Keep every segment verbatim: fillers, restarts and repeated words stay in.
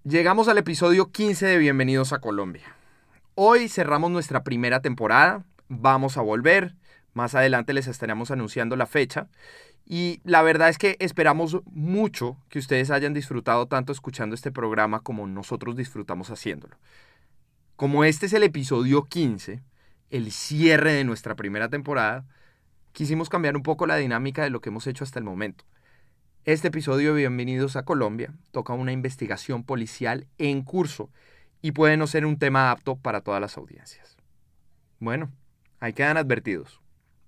Llegamos al episodio quince de Bienvenidos a Colombia. Hoy cerramos nuestra primera temporada, vamos a volver, más adelante les estaremos anunciando la fecha y la verdad es que esperamos mucho que ustedes hayan disfrutado tanto escuchando este programa como nosotros disfrutamos haciéndolo. Como este es el episodio quince, el cierre de nuestra primera temporada, quisimos cambiar un poco la dinámica de lo que hemos hecho hasta el momento. Este episodio de Bienvenidos a Colombia toca una investigación policial en curso y puede no ser un tema apto para todas las audiencias. Bueno, ahí quedan advertidos.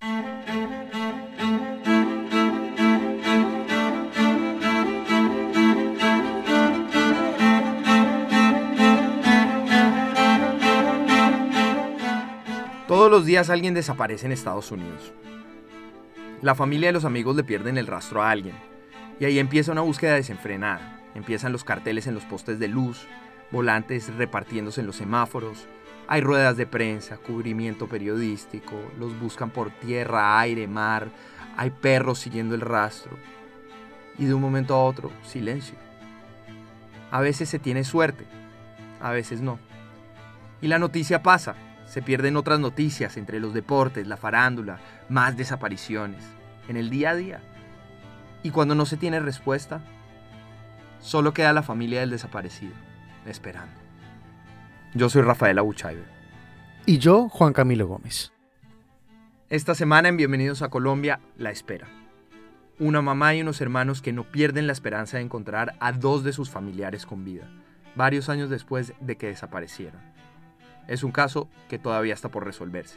Todos los días alguien desaparece en Estados Unidos. La familia y los amigos le pierden el rastro a alguien. Y ahí empieza una búsqueda desenfrenada. Empiezan los carteles en los postes de luz, volantes repartiéndose en los semáforos, hay ruedas de prensa, cubrimiento periodístico, los buscan por tierra, aire, mar, hay perros siguiendo el rastro. Y de un momento a otro, silencio. A veces se tiene suerte, a veces no. Y la noticia pasa, se pierden otras noticias entre los deportes, la farándula, más desapariciones, en el día a día. Y cuando no se tiene respuesta, solo queda la familia del desaparecido, esperando. Yo soy Rafael Abuchaibe. Y yo, Juan Camilo Gómez. Esta semana en Bienvenidos a Colombia, la espera. Una mamá y unos hermanos que no pierden la esperanza de encontrar a dos de sus familiares con vida, varios años después de que desaparecieron. Es un caso que todavía está por resolverse.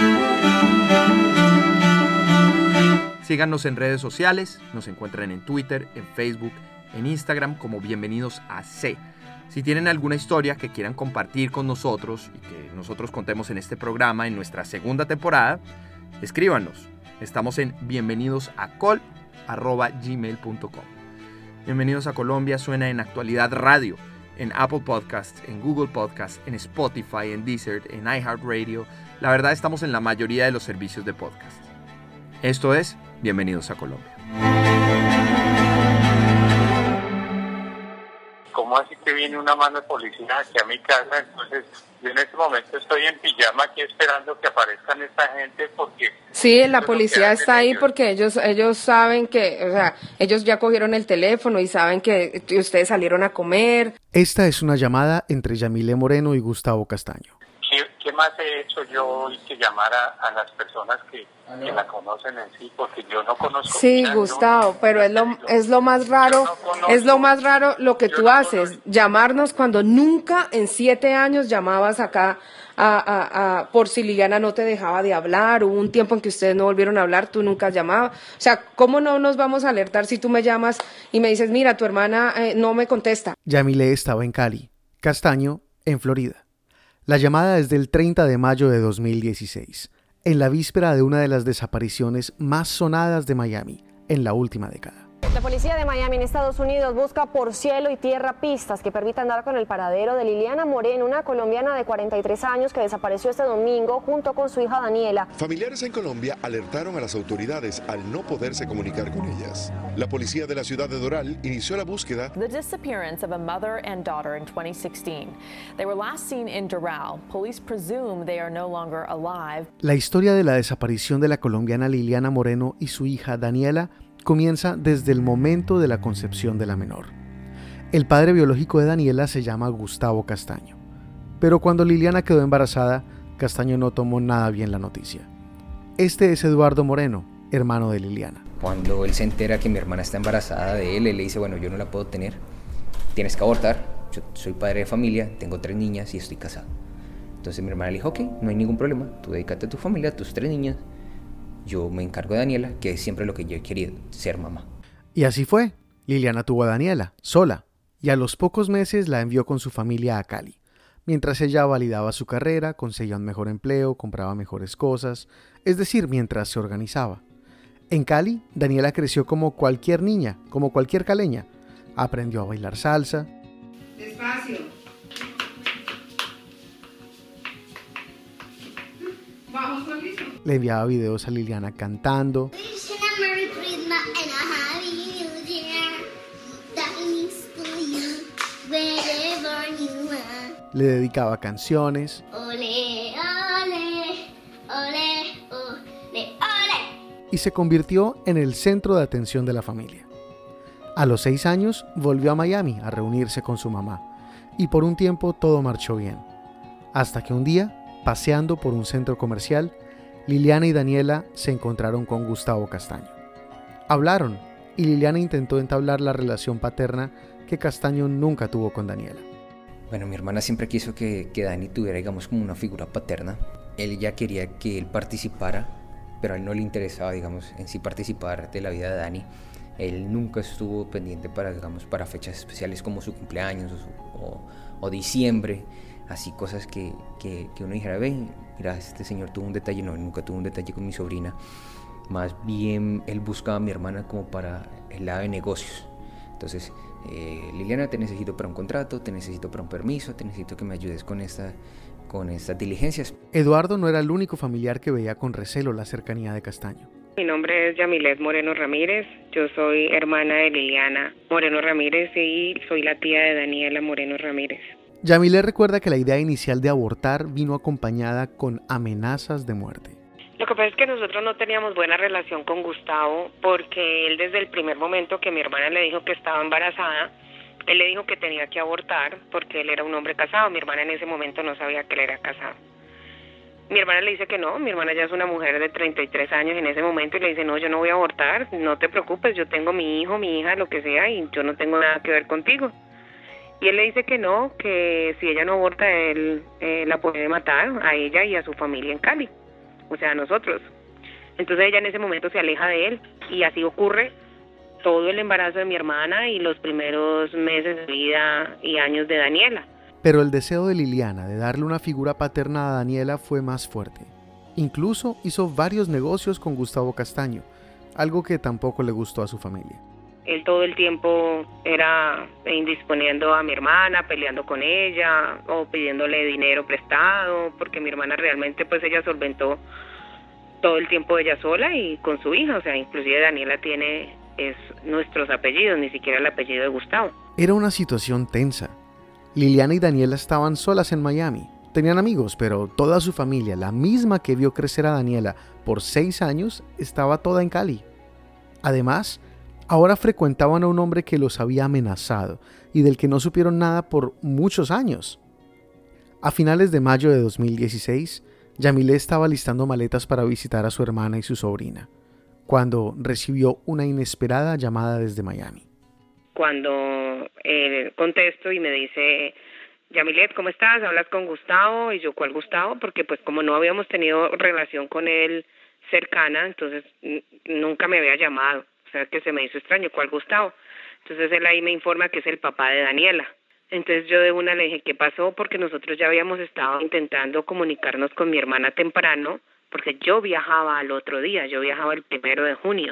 Síganos en redes sociales, nos encuentran en Twitter, en Facebook, en Instagram como Bienvenidos a C. Si tienen alguna historia que quieran compartir con nosotros y que nosotros contemos en este programa en nuestra segunda temporada, escríbanos. Estamos en bienvenidosacol arroba gmail punto com. Bienvenidos a Colombia suena en Actualidad Radio, en Apple Podcasts, en Google Podcasts, en Spotify, en Deezer, en iHeartRadio. La verdad estamos en la mayoría de los servicios de podcast. Esto es Bienvenidos a Colombia. ¿Cómo así que viene una mano de policía aquí a mi casa? Entonces, yo en este momento estoy en pijama aquí esperando que aparezcan esta gente porque... Sí, la policía está ahí porque ellos ellos saben que, o sea, ellos ya cogieron el teléfono y saben que ustedes salieron a comer. Esta es una llamada entre Yamile Moreno y Gustavo Castaño. ¿Qué, qué más he hecho yo y que llamar a, a las personas que, que la conocen en sí? Porque yo no conozco... Sí, mira, Gustavo, yo, pero es lo es lo más raro, no conozco, es lo más raro lo que tú no haces, conozco. llamarnos cuando nunca en siete años llamabas acá a, a, a por si Liliana no te dejaba de hablar, hubo un tiempo en que ustedes no volvieron a hablar, tú nunca llamabas. O sea, ¿cómo no nos vamos a alertar si tú me llamas y me dices, mira, tu hermana eh, no me contesta? Yamile estaba en Cali, Castaño en Florida. La llamada es del treinta de mayo de dos mil dieciséis, en la víspera de una de las desapariciones más sonadas de Miami en la última década. La policía de Miami en Estados Unidos busca por cielo y tierra pistas que permitan dar con el paradero de Liliana Moreno, una colombiana de cuarenta y tres años que desapareció este domingo junto con su hija Daniela. Familiares en Colombia alertaron a las autoridades al no poderse comunicar con ellas. La policía de la ciudad de Doral inició la búsqueda. The disappearance of a mother and daughter in twenty sixteen. They were last seen in Doral. Police presume they are no longer alive. La historia de la desaparición de la colombiana Liliana Moreno y su hija Daniela comienza desde el momento de la concepción de la menor. El padre biológico de Daniela se llama Gustavo Castaño, pero cuando Liliana quedó embarazada, Castaño no tomó nada bien la noticia. Este es Eduardo Moreno, hermano de Liliana. Cuando él se entera que mi hermana está embarazada de él, él le dice, bueno, yo no la puedo tener, tienes que abortar, yo soy padre de familia, tengo tres niñas y estoy casado. Entonces mi hermana le dijo, ok, no hay ningún problema, tú dedícate a tu familia, a tus tres niñas, yo me encargo de Daniela, que es siempre lo que yo he querido, ser mamá. Y así fue. Liliana tuvo a Daniela, sola, y a los pocos meses la envió con su familia a Cali. Mientras ella validaba su carrera, conseguía un mejor empleo, compraba mejores cosas, es decir, mientras se organizaba. En Cali, Daniela creció como cualquier niña, como cualquier caleña. Aprendió a bailar salsa. Despacio. Bajo solito. Le enviaba videos a Liliana cantando. Le dedicaba canciones. Ole, ole, ole, ole, ole. Y se convirtió en el centro de atención de la familia. A los seis años volvió a Miami a reunirse con su mamá. Y por un tiempo todo marchó bien. Hasta que un día, paseando por un centro comercial, Liliana y Daniela se encontraron con Gustavo Castaño. Hablaron y Liliana intentó entablar la relación paterna que Castaño nunca tuvo con Daniela. Bueno, mi hermana siempre quiso que, que Dani tuviera, digamos, como una figura paterna. Él ya quería que él participara, pero a él no le interesaba, digamos, en sí participar de la vida de Dani. Él nunca estuvo pendiente para, digamos, para fechas especiales como su cumpleaños o, o, o diciembre. Así cosas que, que, que uno dijera, ve, mira, este señor tuvo un detalle. No, él nunca tuvo un detalle con mi sobrina. Más bien, él buscaba a mi hermana como para el lado de negocios. Entonces, eh, Liliana, te necesito para un contrato, te necesito para un permiso, te necesito que me ayudes con, esta, con estas diligencias. Eduardo no era el único familiar que veía con recelo la cercanía de Castaño. Mi nombre es Yamilet Moreno Ramírez, yo soy hermana de Liliana Moreno Ramírez y soy la tía de Daniela Moreno Ramírez. Yamilet recuerda que la idea inicial de abortar vino acompañada con amenazas de muerte. Lo que pasa es que nosotros no teníamos buena relación con Gustavo porque él desde el primer momento que mi hermana le dijo que estaba embarazada, él le dijo que tenía que abortar porque él era un hombre casado. Mi hermana en ese momento no sabía que él era casado. Mi hermana le dice que no, mi hermana ya es una mujer de treinta y tres años en ese momento y le dice, no, yo no voy a abortar, no te preocupes, yo tengo mi hijo, mi hija, lo que sea y yo no tengo nada que ver contigo. Y él le dice que no, que si ella no aborta, él eh, la puede matar a ella y a su familia en Cali. O sea, a nosotros. Entonces ella en ese momento se aleja de él y así ocurre todo el embarazo de mi hermana y los primeros meses de vida y años de Daniela. Pero el deseo de Liliana de darle una figura paterna a Daniela fue más fuerte. Incluso hizo varios negocios con Gustavo Castaño, algo que tampoco le gustó a su familia. Él todo el tiempo era indisponiendo a mi hermana, peleando con ella o pidiéndole dinero prestado, porque mi hermana realmente pues ella solventó todo el tiempo ella sola y con su hija, o sea, inclusive Daniela tiene es nuestros apellidos, ni siquiera el apellido de Gustavo. Era una situación tensa. Liliana y Daniela estaban solas en Miami. Tenían amigos, pero toda su familia, la misma que vio crecer a Daniela por seis años, estaba toda en Cali. Además, ahora frecuentaban a un hombre que los había amenazado y del que no supieron nada por muchos años. A finales de mayo de dos mil dieciséis, Yamilet estaba listando maletas para visitar a su hermana y su sobrina, cuando recibió una inesperada llamada desde Miami. Cuando eh, contesto y me dice, Yamilet, ¿cómo estás? ¿Hablas con Gustavo? Y yo, ¿cuál Gustavo? Porque pues como no habíamos tenido relación con él cercana, entonces n- nunca me había llamado. O sea, que se me hizo extraño, ¿cuál Gustavo? Entonces él ahí me informa que es el papá de Daniela. Entonces yo de una le dije, ¿qué pasó? Porque nosotros ya habíamos estado intentando comunicarnos con mi hermana temprano, porque yo viajaba al otro día, yo viajaba el primero de junio.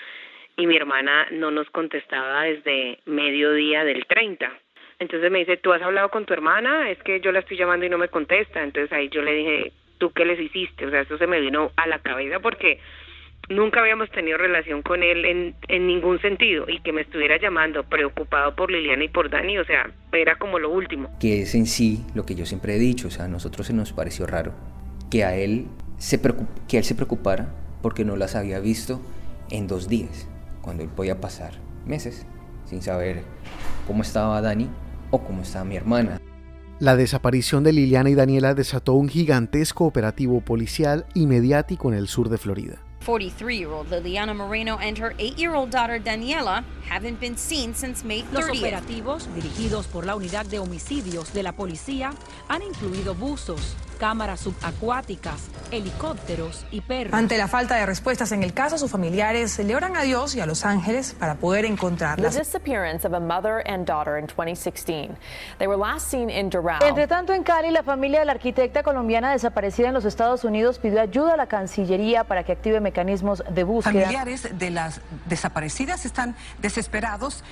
Y mi hermana no nos contestaba desde mediodía del treinta. Entonces me dice, ¿tú has hablado con tu hermana? Es que yo la estoy llamando y no me contesta. Entonces ahí yo le dije, ¿tú qué les hiciste? O sea, eso se me vino a la cabeza porque nunca habíamos tenido relación con él en, en ningún sentido, y que me estuviera llamando preocupado por Liliana y por Dani, o sea, era como lo último. Que es en sí lo que yo siempre he dicho, o sea, a nosotros se nos pareció raro que a él se preocup- que él se preocupara porque no las había visto en dos días, cuando él podía pasar meses sin saber cómo estaba Dani o cómo estaba mi hermana. La desaparición de Liliana y Daniela desató un gigantesco operativo policial y mediático en el sur de Florida. forty-three-year-old Liliana Moreno and her eight-year-old daughter Daniela haven't been seen since May thirtieth. Los operativos, dirigidos por la Unidad de Homicidios de la Policía, han incluido buzos, cámaras subacuáticas, helicópteros y perros. Ante la falta de respuestas en el caso, sus familiares le oran a Dios y a los ángeles para poder encontrarlas. The disappearance of a mother and daughter in twenty sixteen. They were last seen in Doral. Entre tanto, en Cali, la familia de la arquitecta colombiana desaparecida en los Estados Unidos pidió ayuda a la Cancillería para que active mecanismos de búsqueda. Familiares de las desaparecidas están desesperados.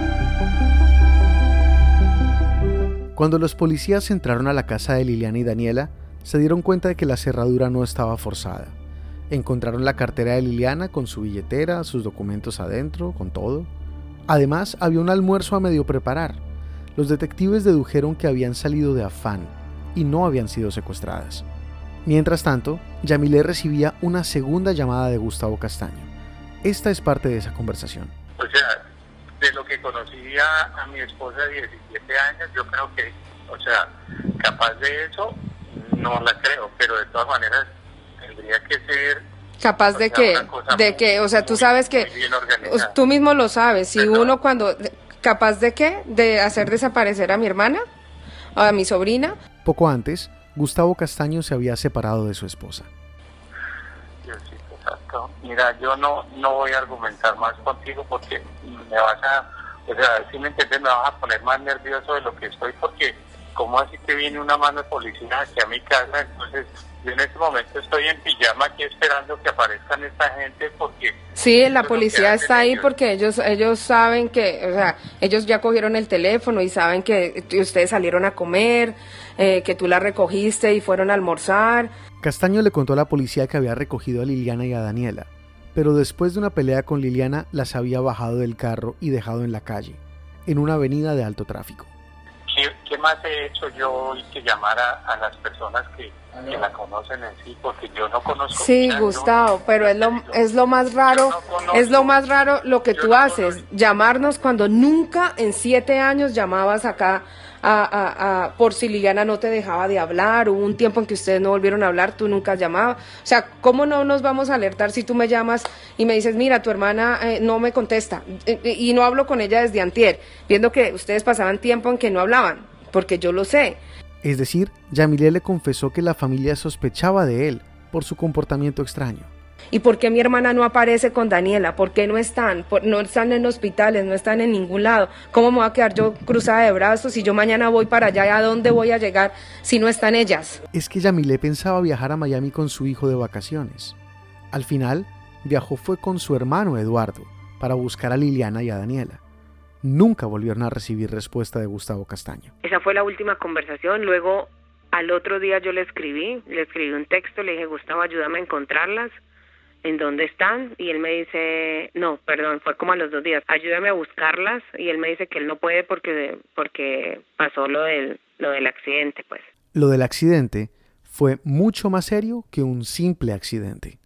Cuando los policías entraron a la casa de Liliana y Daniela, se dieron cuenta de que la cerradura no estaba forzada. Encontraron la cartera de Liliana con su billetera, sus documentos adentro, con todo. Además, había un almuerzo a medio preparar. los detectives dedujeron que habían salido de afán y no habían sido secuestradas. Mientras tanto, Yamilé recibía una segunda llamada de Gustavo Castaño. Esta es parte de esa conversación. O sea, de lo que conocía a mi esposa de diecisiete años, yo creo que, o sea, capaz de eso, no la creo, pero de todas maneras tendría que ser... Capaz de que, de que, o sea, tú sabes que, tú mismo lo sabes, si uno cuando, capaz de qué, de hacer desaparecer a mi hermana, a mi sobrina. Poco antes, Gustavo Castaño se había separado de su esposa. Diosito santo, mira, yo no, no voy a argumentar más contigo porque me vas a, o sea, si me entiendes, me vas a poner más nervioso de lo que estoy, porque ¿cómo así que viene una mano de policía aquí a mi casa? Entonces, yo en este momento estoy en pijama aquí esperando que aparezcan esta gente porque... Sí, la policía está ahí porque ellos ellos saben que, o sea, ellos ya cogieron el teléfono y saben que ustedes salieron a comer, eh, que tú la recogiste y fueron a almorzar. Castaño le contó a la policía que había recogido a Liliana y a Daniela, pero después de una pelea con Liliana las había bajado del carro y dejado en la calle, en una avenida de alto tráfico. ¿Qué, qué más he hecho yo y que llamar a, a las personas que, que la conocen en sí? Porque yo no conozco. Sí, Gustavo, pero es lo, es lo más raro, no es lo más raro lo que tú no haces, conozco. Llamarnos cuando nunca en siete años llamabas acá a, a, a, por si Liliana no te dejaba de hablar, hubo un tiempo en que ustedes no volvieron a hablar, tú nunca llamabas. O sea, ¿cómo no nos vamos a alertar si tú me llamas y me dices, mira, tu hermana eh, no me contesta, eh, y no hablo con ella desde antier, viendo que ustedes pasaban tiempo en que no hablaban, porque yo lo sé. Es decir, Yamilé le confesó que la familia sospechaba de él por su comportamiento extraño. ¿Y por qué mi hermana no aparece con Daniela? ¿Por qué no están? Por, no están en hospitales, no están en ningún lado. ¿Cómo me voy a quedar yo cruzada de brazos si yo mañana voy para allá? ¿A dónde voy a llegar si no están ellas? Es que Yamilé pensaba viajar a Miami con su hijo de vacaciones. Al final, viajó fue con su hermano Eduardo para buscar a Liliana y a Daniela. Nunca volvieron a recibir respuesta de Gustavo Castaño. Esa fue la última conversación. Luego, al otro día yo le escribí, le escribí un texto, le dije, Gustavo, ayúdame a encontrarlas. ¿En dónde están? Y él me dice, no, perdón, fue como a los dos días, ayúdame a buscarlas, y él me dice que él no puede porque, porque pasó lo del, lo del accidente, pues. Lo del accidente fue mucho más serio que un simple accidente.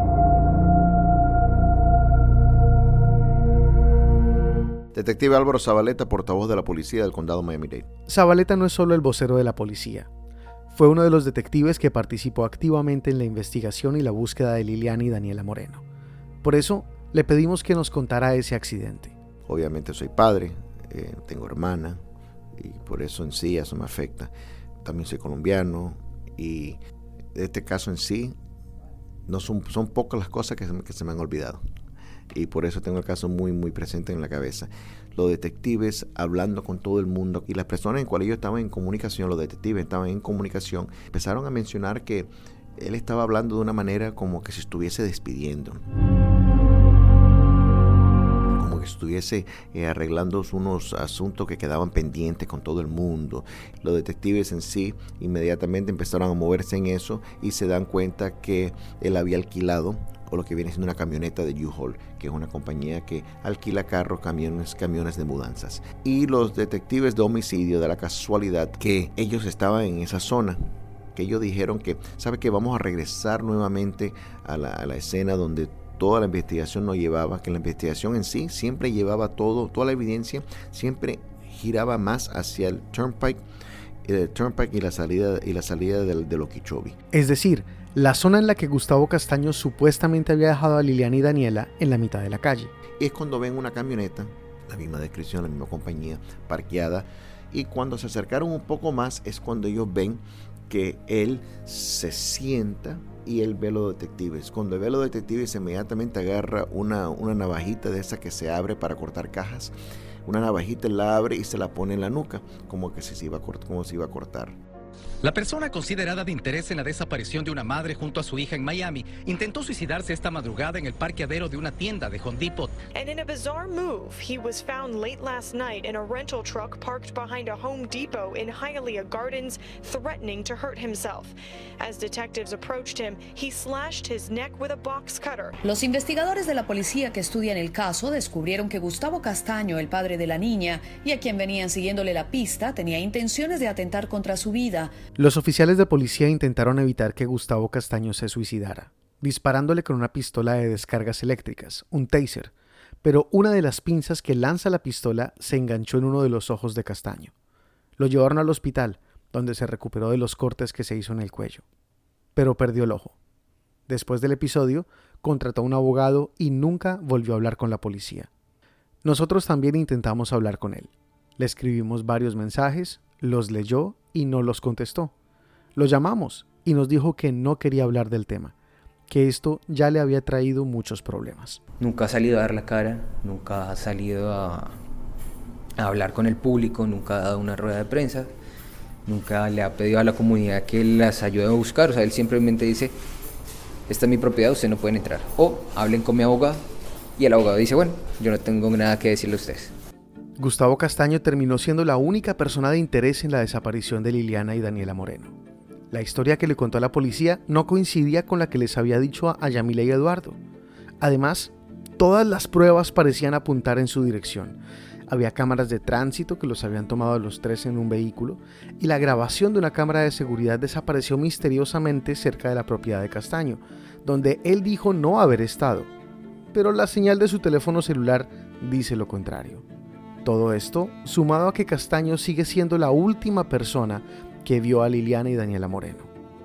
Detective Álvaro Zabaleta, portavoz de la policía del condado Miami-Dade. Zabaleta no es solo el vocero de la policía. Fue uno de los detectives que participó activamente en la investigación y la búsqueda de Liliana y Daniela Moreno. Por eso, le pedimos que nos contara ese accidente. Obviamente soy padre, eh, tengo hermana, y por eso en sí eso me afecta. También soy colombiano, y este caso en sí, no son, son pocas las cosas que se, que se me han olvidado. Y por eso tengo el caso muy, muy presente en la cabeza. Los detectives hablando con todo el mundo y las personas en cuales ellos estaban en comunicación, los detectives estaban en comunicación, empezaron a mencionar que él estaba hablando de una manera como que se estuviese despidiendo. Como que estuviese eh, arreglando unos asuntos que quedaban pendientes con todo el mundo. Los detectives en sí inmediatamente empezaron a moverse en eso y se dan cuenta que él había alquilado o lo que viene siendo una camioneta de U-Haul, que es una compañía que alquila carros, camiones, camiones de mudanzas. Y los detectives de homicidio, de la casualidad que ellos estaban en esa zona, que ellos dijeron que, ¿sabe qué? Vamos a regresar nuevamente a la, a la escena donde toda la investigación nos llevaba, que la investigación en sí siempre llevaba todo, toda la evidencia siempre giraba más hacia el Turnpike, el Turnpike y la salida, y la salida del, del Okeechobee. Es decir, la zona en la que Gustavo Castaño supuestamente había dejado a Liliana y Daniela en la mitad de la calle. Es cuando ven una camioneta, la misma descripción, la misma compañía, parqueada, y cuando se acercaron un poco más es cuando ellos ven que él se sienta y él ve a los detectives. Cuando ve a los detectives inmediatamente agarra una, una navajita de esa que se abre para cortar cajas, una navajita la abre y se la pone en la nuca, como que se iba a cortar, como se iba a cortar. La persona considerada de interés en la desaparición de una madre junto a su hija en Miami intentó suicidarse esta madrugada en el parqueadero de una tienda de Home Depot. And in a bizarre move, he was found late last night in a rental truck parked behind a Home Depot in Hialeah Gardens, threatening to hurt himself. As detectives approached him, he slashed his neck with a box cutter. Los investigadores de la policía que estudian el caso descubrieron que Gustavo Castaño, el padre de la niña, y a quien venían siguiéndole la pista, tenía intenciones de atentar contra su vida. Los oficiales de policía intentaron evitar que Gustavo Castaño se suicidara, disparándole con una pistola de descargas eléctricas, un taser, pero una de las pinzas que lanza la pistola se enganchó en uno de los ojos de Castaño. Lo llevaron al hospital, donde se recuperó de los cortes que se hizo en el cuello, pero perdió el ojo. Después del episodio, contrató a un abogado y nunca volvió a hablar con la policía. Nosotros también intentamos hablar con él. Le escribimos varios mensajes, los leyó y no los contestó. Lo llamamos y nos dijo que no quería hablar del tema, que esto ya le había traído muchos problemas. Nunca ha salido a dar la cara, nunca ha salido a, a hablar con el público, nunca ha dado una rueda de prensa, nunca le ha pedido a la comunidad que las ayude a buscar. O sea, él simplemente dice, esta es mi propiedad, ustedes no pueden entrar. O hablen con mi abogado. Y el abogado dice, bueno, yo no tengo nada que decirle a ustedes. Gustavo Castaño terminó siendo la única persona de interés en la desaparición de Liliana y Daniela Moreno. La historia que le contó a la policía no coincidía con la que les había dicho a Yamila y Eduardo. Además, todas las pruebas parecían apuntar en su dirección. Había cámaras de tránsito que los habían tomado a los tres en un vehículo y la grabación de una cámara de seguridad desapareció misteriosamente cerca de la propiedad de Castaño, donde él dijo no haber estado. Pero la señal de su teléfono celular dice lo contrario. Todo esto sumado a que Castaño sigue siendo la última persona que vio a Liliana y Daniela Moreno.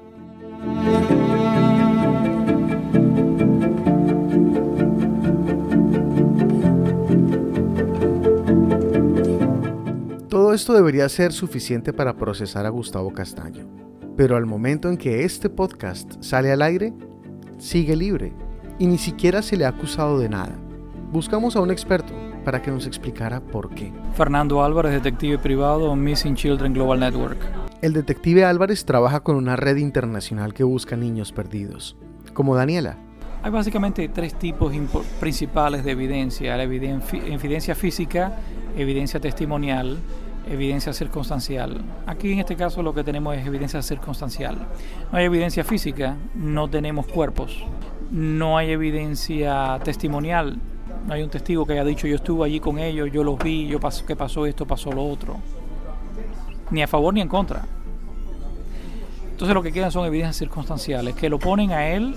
Todo esto debería ser suficiente para procesar a Gustavo Castaño, pero al momento en que este podcast sale al aire, sigue libre y ni siquiera se le ha acusado de nada. Buscamos a un experto para que nos explicara por qué. Fernando Álvarez, detective privado, Missing Children Global Network. El detective Álvarez trabaja con una red internacional que busca niños perdidos, como Daniela. Hay básicamente tres tipos principales de evidencia: la evidencia física, evidencia testimonial, evidencia circunstancial. Aquí en este caso lo que tenemos es evidencia circunstancial. No hay evidencia física, no tenemos cuerpos. No hay evidencia testimonial. No hay un testigo que haya dicho yo estuve allí con ellos, yo los vi, yo pasó, que pasó esto, pasó lo otro. Ni a favor ni en contra. Entonces lo que quedan son evidencias circunstanciales que lo ponen a él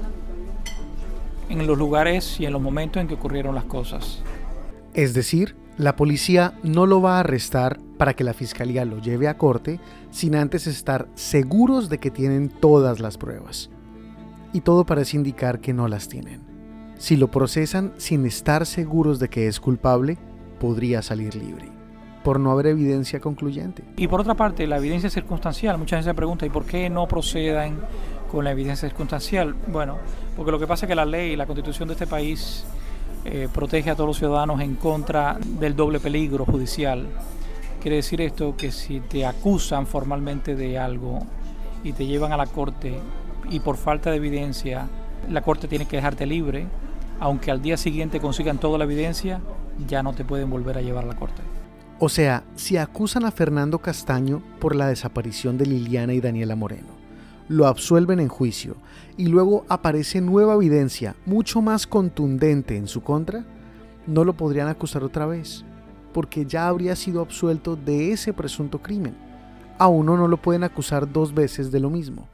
en los lugares y en los momentos en que ocurrieron las cosas. Es decir, la policía no lo va a arrestar para que la fiscalía lo lleve a corte sin antes estar seguros de que tienen todas las pruebas. Y todo parece indicar que no las tienen. Si lo procesan sin estar seguros de que es culpable, podría salir libre, por no haber evidencia concluyente. Y por otra parte, la evidencia circunstancial, mucha gente se pregunta, ¿y por qué no procedan con la evidencia circunstancial? Bueno, porque lo que pasa es que la ley y la constitución de este país eh, protege a todos los ciudadanos en contra del doble peligro judicial. Quiere decir esto que si te acusan formalmente de algo y te llevan a la corte y por falta de evidencia la corte tiene que dejarte libre, aunque al día siguiente consigan toda la evidencia, ya no te pueden volver a llevar a la corte. O sea, si acusan a Fernando Castaño por la desaparición de Liliana y Daniela Moreno, lo absuelven en juicio y luego aparece nueva evidencia mucho más contundente en su contra, no lo podrían acusar otra vez, porque ya habría sido absuelto de ese presunto crimen. A uno no lo pueden acusar dos veces de lo mismo.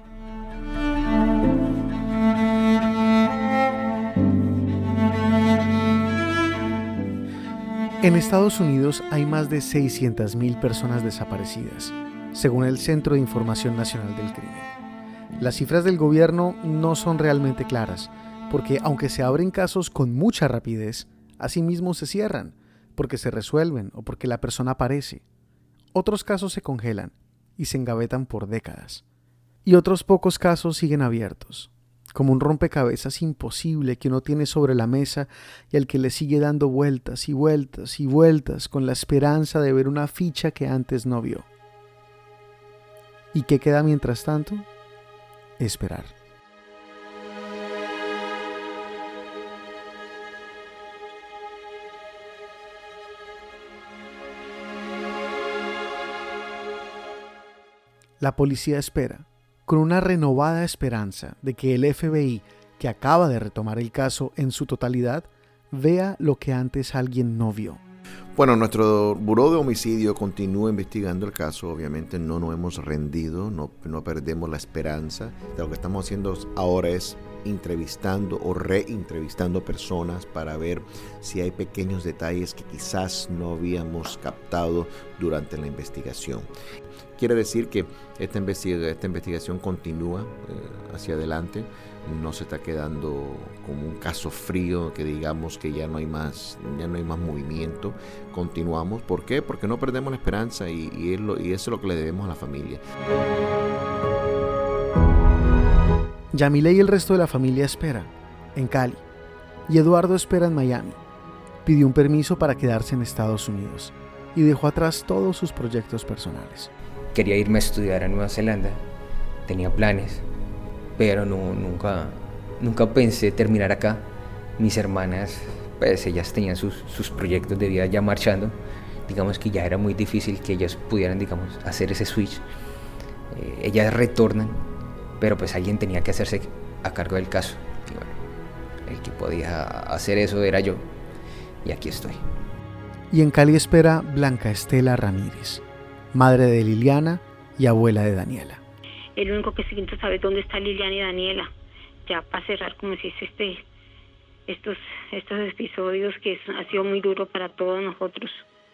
En Estados Unidos hay más de seiscientas mil personas desaparecidas, según el Centro de Información Nacional del Crimen. Las cifras del gobierno no son realmente claras, porque aunque se abren casos con mucha rapidez, asimismo se cierran, porque se resuelven o porque la persona aparece. Otros casos se congelan y se engavetan por décadas. Y otros pocos casos siguen abiertos, como un rompecabezas imposible que uno tiene sobre la mesa y al que le sigue dando vueltas y vueltas y vueltas con la esperanza de ver una ficha que antes no vio. ¿Y qué queda mientras tanto? Esperar. La policía espera, con una renovada esperanza de que el F B I, que acaba de retomar el caso en su totalidad, vea lo que antes alguien no vio. Bueno, nuestro buró de homicidio continúa investigando el caso. Obviamente no nos hemos rendido, no, no perdemos la esperanza. De lo que estamos haciendo ahora es entrevistando o reentrevistando personas para ver si hay pequeños detalles que quizás no habíamos captado durante la investigación. Quiere decir que esta, investiga- esta investigación continúa eh, hacia adelante, no se está quedando como un caso frío que digamos que ya no hay más, ya no hay más movimiento. Continuamos. ¿Por qué? Porque no perdemos la esperanza y, y, es lo, y eso es lo que le debemos a la familia. Yamile y el resto de la familia espera en Cali y Eduardo espera en Miami. Pidió un permiso para quedarse en Estados Unidos y dejó atrás todos sus proyectos personales. Quería irme a estudiar a Nueva Zelanda, tenía planes, pero no, nunca, nunca pensé terminar acá. Mis hermanas, pues ellas tenían sus, sus proyectos de vida ya marchando. Digamos que ya era muy difícil que ellas pudieran, digamos, hacer ese switch. Eh, ellas retornan, pero pues alguien tenía que hacerse a cargo del caso. Y bueno, el que podía hacer eso era yo, y aquí estoy. Y en Cali espera Blanca Estela Ramírez, madre de Liliana y abuela de Daniela. El único que siento saber dónde está Liliana y Daniela, ya para cerrar, como si es este, estos, estos episodios que es, ha sido muy duro para todos nosotros.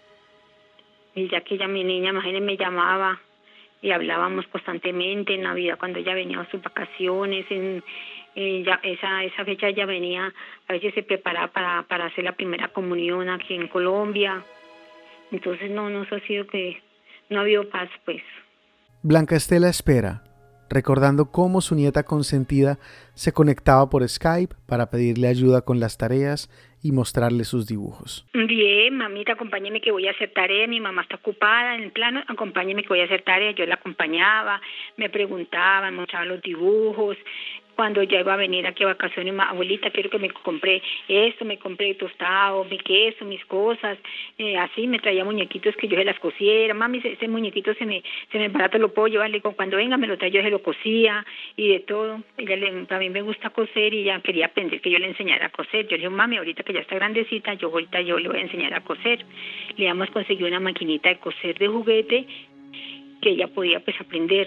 Y ya que ella, mi niña, imagínense, me llamaba y hablábamos constantemente en Navidad cuando ella venía a sus vacaciones, en, en ya, esa, esa fecha ella venía, a veces se preparaba para, para hacer la primera comunión aquí en Colombia. Entonces no, no ha sido que no ha habido paz, pues. Blanca Estela espera, recordando cómo su nieta consentida se conectaba por Skype para pedirle ayuda con las tareas y mostrarle sus dibujos. Bien, mamita, acompáñeme que voy a hacer tarea, mi mamá está ocupada en el plano, acompáñeme que voy a hacer tarea, yo la acompañaba, me preguntaba, me mostraba los dibujos. Cuando ya iba a venir aquí a vacaciones, abuelita, quiero que me compré esto, me compré tostado, mi queso, mis cosas, eh, así me traía muñequitos que yo se las cosiera. Mami, ese, ese muñequito se me se me barato, lo puedo llevar, le digo, cuando venga me lo trae, yo se lo cosía y de todo. Ella le, a mí me gusta coser y ella quería aprender que yo le enseñara a coser. Yo le digo, mami, ahorita que ya está grandecita, yo ahorita yo le voy a enseñar a coser. Le hemos conseguido una maquinita de coser de juguete que ella podía pues aprender.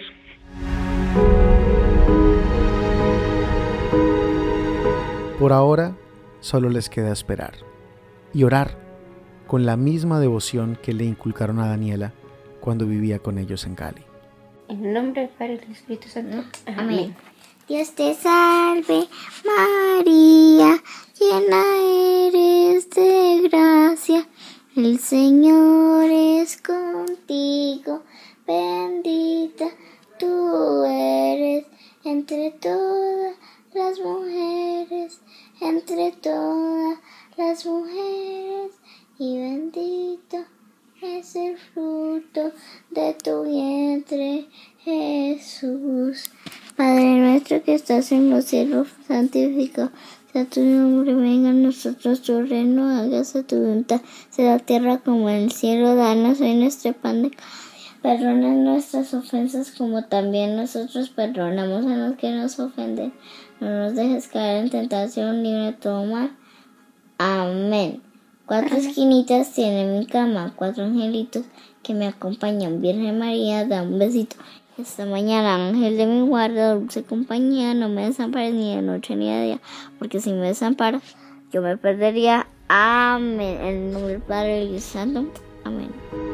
Por ahora, solo les queda esperar y orar con la misma devoción que le inculcaron a Daniela cuando vivía con ellos en Cali. En el nombre del Padre y del Espíritu Santo. Amén. Dios te salve, María, llena eres de gracia, el Señor es contigo, bendita tú eres entre todas las mujeres, entre todas las mujeres, y bendito es el fruto de tu vientre, Jesús. Padre nuestro que estás en los cielos, santificado sea tu nombre, venga a nosotros tu reino, hágase tu voluntad, sea la tierra como en el cielo. Danos hoy nuestro pan de cada día, perdona nuestras ofensas como también nosotros perdonamos a los que nos ofenden. No nos dejes caer en tentación, libre de todo mal. Amén. Cuatro esquinitas tiene mi cama, cuatro angelitos que me acompañan. Virgen María, da un besito. Esta mañana, ángel de mi guarda, dulce compañía, no me desampares ni de noche ni de día, porque si me desamparas, yo me perdería. Amén. En el nombre del Padre y del Santo. Amén.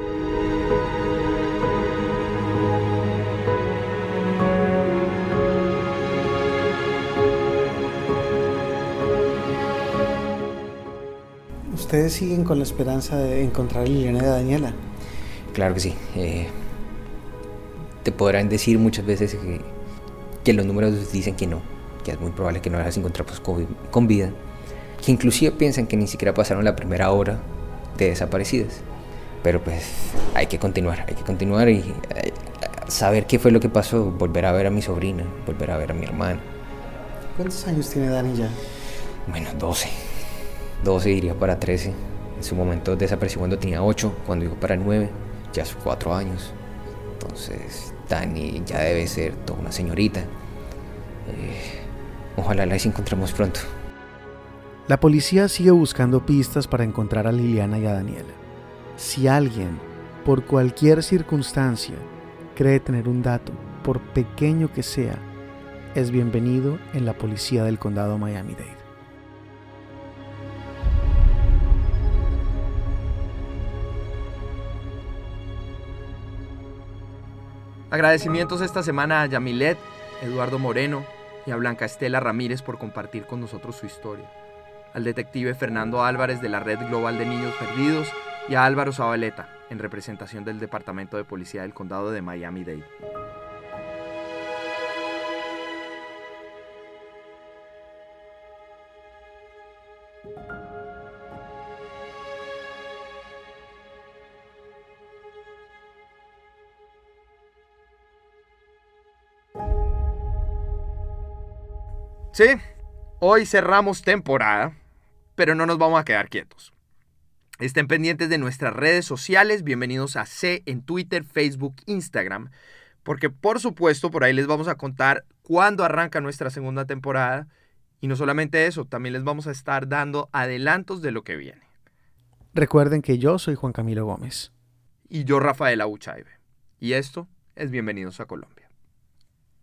¿Ustedes siguen con la esperanza de encontrar a Liliana y a Daniela? Claro que sí. Eh, te podrán decir muchas veces que, que los números dicen que no, que es muy probable que no las encontremos con, con vida, que inclusive piensan que ni siquiera pasaron la primera hora de desaparecidas. Pero pues hay que continuar, hay que continuar y eh, saber qué fue lo que pasó, volver a ver a mi sobrina, volver a ver a mi hermana. ¿Cuántos años tiene Dani ya? Bueno, doce. doce iría para trece. En su momento desapareció cuando tenía ocho, cuando iba para nueve, ya son cuatro años. Entonces, Dani ya debe ser toda una señorita. Eh, ojalá la encontremos pronto. La policía sigue buscando pistas para encontrar a Liliana y a Daniela. Si alguien, por cualquier circunstancia, cree tener un dato, por pequeño que sea, es bienvenido en la policía del condado Miami-Dade. Agradecimientos esta semana a Yamilet, Eduardo Moreno y a Blanca Estela Ramírez por compartir con nosotros su historia. Al detective Fernando Álvarez de la Red Global de Niños Perdidos y a Álvaro Zabaleta, en representación del Departamento de Policía del Condado de Miami-Dade. Sí, hoy cerramos temporada, pero no nos vamos a quedar quietos. Estén pendientes de nuestras redes sociales, bienvenidos a C en Twitter, Facebook, Instagram, porque por supuesto por ahí les vamos a contar cuándo arranca nuestra segunda temporada y no solamente eso, también les vamos a estar dando adelantos de lo que viene. Recuerden que yo soy Juan Camilo Gómez. Y yo Rafael Abuchaibe. Y esto es Bienvenidos a Colombia.